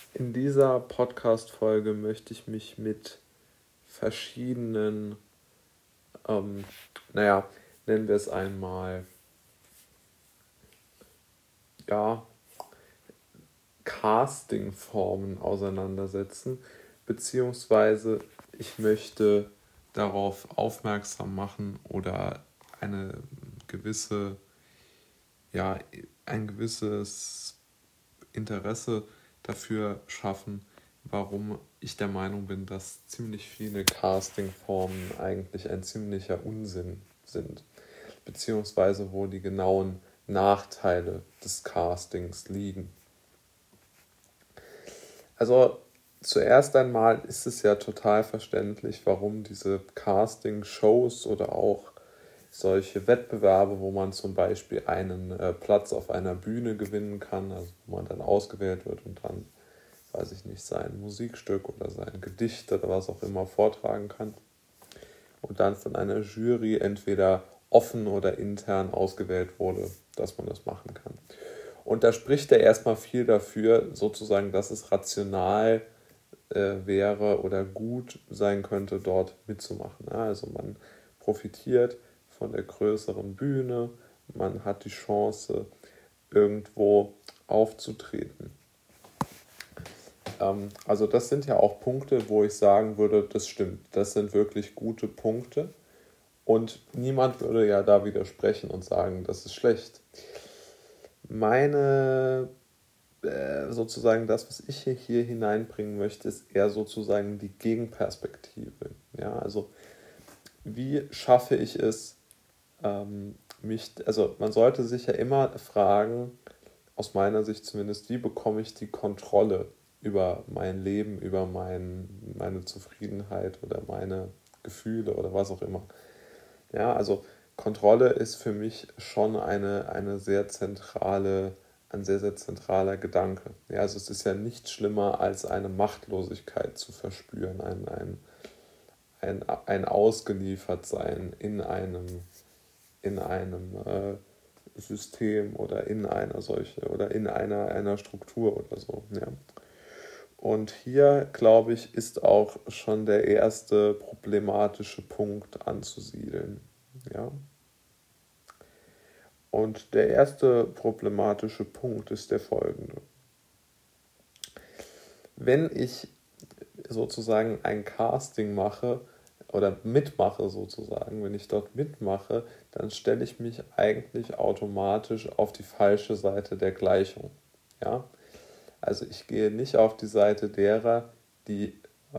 In dieser Podcast-Folge möchte ich mich mit verschiedenen, ähm, nennen wir es einmal, ja, Casting-Formen auseinandersetzen, beziehungsweise ich möchte darauf aufmerksam machen oder eine gewisse, ein gewisses Interesse dafür schaffen, warum ich der Meinung bin, dass ziemlich viele Casting-Formen eigentlich ein ziemlicher Unsinn sind, beziehungsweise wo die genauen Nachteile des Castings liegen. Also zuerst einmal ist es ja total verständlich, warum diese Casting-Shows oder auch solche Wettbewerbe, wo man zum Beispiel einen Platz auf einer Bühne gewinnen kann, also wo man dann ausgewählt wird und dann, weiß ich nicht, sein Musikstück oder sein Gedicht oder was auch immer vortragen kann und dann von einer Jury entweder offen oder intern ausgewählt wurde, dass man das machen kann. Und da spricht ja erstmal viel dafür, sozusagen, dass es rational wäre oder gut sein könnte, dort mitzumachen. Ja, also man profitiert von der größeren Bühne, man hat die Chance, irgendwo aufzutreten. Also das sind ja auch Punkte, wo ich sagen würde, das stimmt, das sind wirklich gute Punkte und niemand würde ja da widersprechen und sagen, das ist schlecht. Sozusagen das, was ich hier hineinbringen möchte, ist eher sozusagen die Gegenperspektive. Ja, also wie schaffe ich es, also man sollte sich ja immer fragen, aus meiner Sicht zumindest, wie bekomme ich die Kontrolle über mein Leben, über meine Zufriedenheit oder meine Gefühle oder was auch immer. Ja, also Kontrolle ist für mich schon eine sehr zentrale, ein sehr, sehr zentraler Gedanke. Ja, also es ist ja nichts schlimmer, als eine Machtlosigkeit zu verspüren, ein Ausgeliefertsein in einem System oder in einer solche oder in einer Struktur oder so. Ja. Und hier, glaube ich, ist auch schon der erste problematische Punkt anzusiedeln. Ja. Und der erste problematische Punkt ist der folgende. Wenn ich sozusagen ein Casting mache oder mitmache sozusagen, wenn ich dort mitmache, dann stelle ich mich eigentlich automatisch auf die falsche Seite der Gleichung. Ja? Also ich gehe nicht auf die Seite derer, die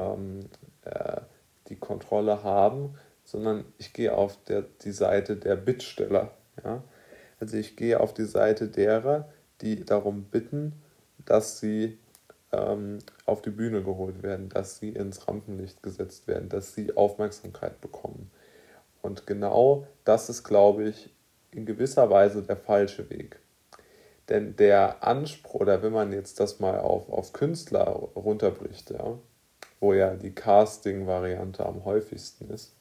die Kontrolle haben, sondern ich gehe auf die Seite der Bittsteller. Ja? Also ich gehe auf die Seite derer, die darum bitten, dass sie auf die Bühne geholt werden, dass sie ins Rampenlicht gesetzt werden, dass sie Aufmerksamkeit bekommen. Und genau das ist, glaube ich, in gewisser Weise der falsche Weg. Denn der Anspruch, oder wenn man jetzt das mal auf Künstler runterbricht, ja, wo ja die Casting-Variante am häufigsten ist,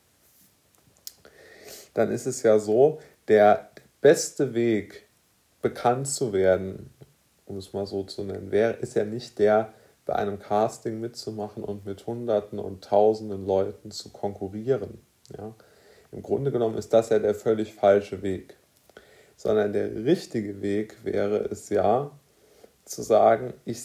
dann ist es ja so, der beste Weg, bekannt zu werden, um es mal so zu nennen, ist ja nicht der, bei einem Casting mitzumachen und mit Hunderten und Tausenden Leuten zu konkurrieren. Ja? Im Grunde genommen ist das ja der völlig falsche Weg. Sondern der richtige Weg wäre es ja, zu sagen, ich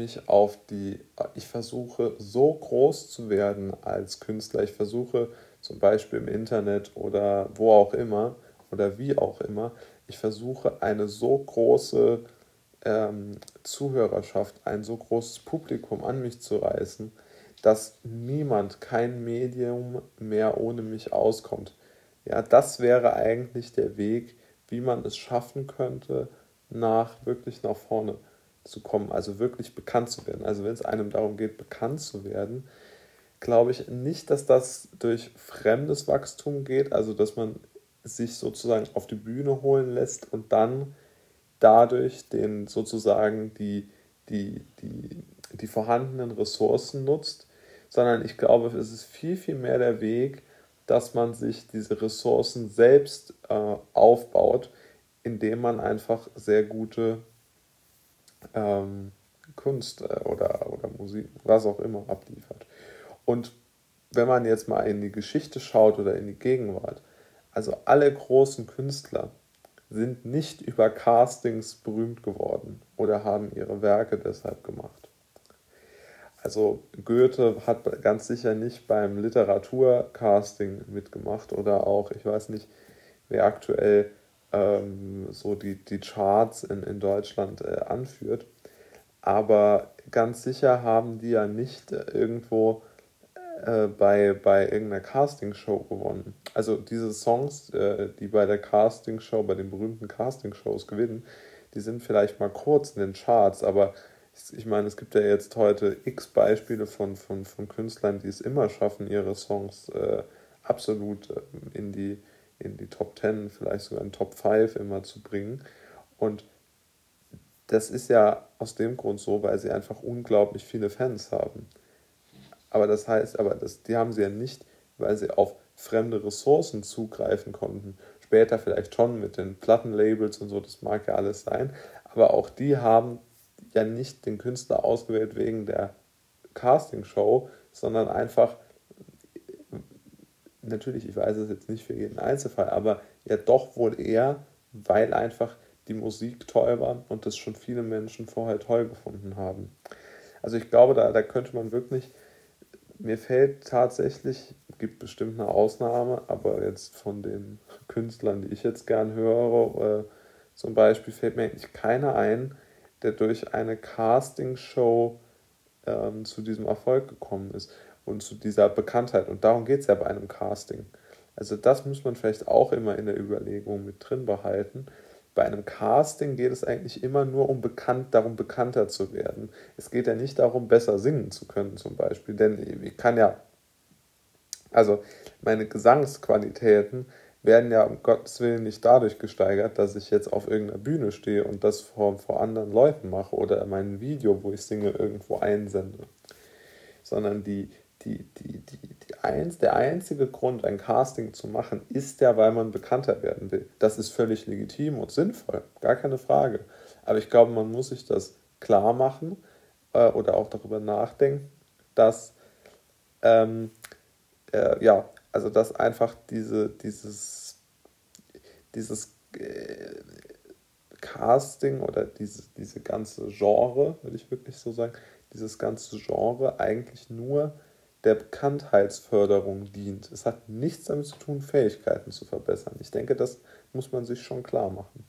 versuche so groß zu werden als Künstler, ich versuche zum Beispiel im Internet oder wo auch immer oder wie auch immer, ich versuche eine so große Zuhörerschaft, ein so großes Publikum an mich zu reißen, dass kein Medium mehr ohne mich auskommt. Ja, das wäre eigentlich der Weg, wie man es schaffen könnte, wirklich nach vorne zu kommen, also wirklich bekannt zu werden. Also wenn es einem darum geht, bekannt zu werden, glaube ich nicht, dass das durch fremdes Wachstum geht, also dass man sich sozusagen auf die Bühne holen lässt und dann dadurch die vorhandenen Ressourcen nutzt, sondern ich glaube, es ist viel, viel mehr der Weg, dass man sich diese Ressourcen selbst aufbaut, indem man einfach sehr gute Kunst Musik, was auch immer abliefert. Und wenn man jetzt mal in die Geschichte schaut oder in die Gegenwart, also alle großen Künstler sind nicht über Castings berühmt geworden oder haben ihre Werke deshalb gemacht. Also Goethe hat ganz sicher nicht beim Literaturcasting mitgemacht oder auch, ich weiß nicht, wer aktuell so die Charts in Deutschland anführt, aber ganz sicher haben die ja nicht irgendwo bei irgendeiner Castingshow gewonnen. Also diese Songs, die bei der Castingshow, bei den berühmten Castingshows gewinnen, die sind vielleicht mal kurz in den Charts, aber ich meine, es gibt ja jetzt heute x Beispiele von Künstlern, die es immer schaffen, ihre Songs absolut in die Top 10, vielleicht sogar in Top 5 immer zu bringen. Und das ist ja aus dem Grund so, weil sie einfach unglaublich viele Fans haben. Aber das heißt, die haben sie ja nicht, weil sie auf fremde Ressourcen zugreifen konnten. Später vielleicht schon mit den Plattenlabels und so, das mag ja alles sein. Aber auch die haben ja nicht den Künstler ausgewählt wegen der Castingshow, sondern einfach, natürlich, ich weiß es jetzt nicht für jeden Einzelfall, aber ja doch wohl eher, weil einfach die Musik toll war und das schon viele Menschen vorher toll gefunden haben. Also ich glaube, da könnte man wirklich, mir fällt tatsächlich, gibt bestimmt eine Ausnahme, aber jetzt von den Künstlern, die ich jetzt gern höre, zum Beispiel fällt mir eigentlich keiner ein, der durch eine Castingshow zu diesem Erfolg gekommen ist und zu dieser Bekanntheit. Und darum geht es ja bei einem Casting. Also das muss man vielleicht auch immer in der Überlegung mit drin behalten. Bei einem Casting geht es eigentlich immer nur darum, bekannter zu werden. Es geht ja nicht darum, besser singen zu können zum Beispiel. Denn ich kann ja, also meine Gesangsqualitäten werden ja um Gottes Willen nicht dadurch gesteigert, dass ich jetzt auf irgendeiner Bühne stehe und das vor anderen Leuten mache oder mein Video, wo ich singe, irgendwo einsende. Sondern der einzige Grund, ein Casting zu machen, ist ja, weil man bekannter werden will. Das ist völlig legitim und sinnvoll, gar keine Frage. Aber ich glaube, man muss sich das klar machen oder auch darüber nachdenken, dass also dass einfach dieses Casting oder diese ganze Genre, würde ich wirklich so sagen, dieses ganze Genre eigentlich nur der Bekanntheitsförderung dient. Es hat nichts damit zu tun, Fähigkeiten zu verbessern. Ich denke, das muss man sich schon klar machen.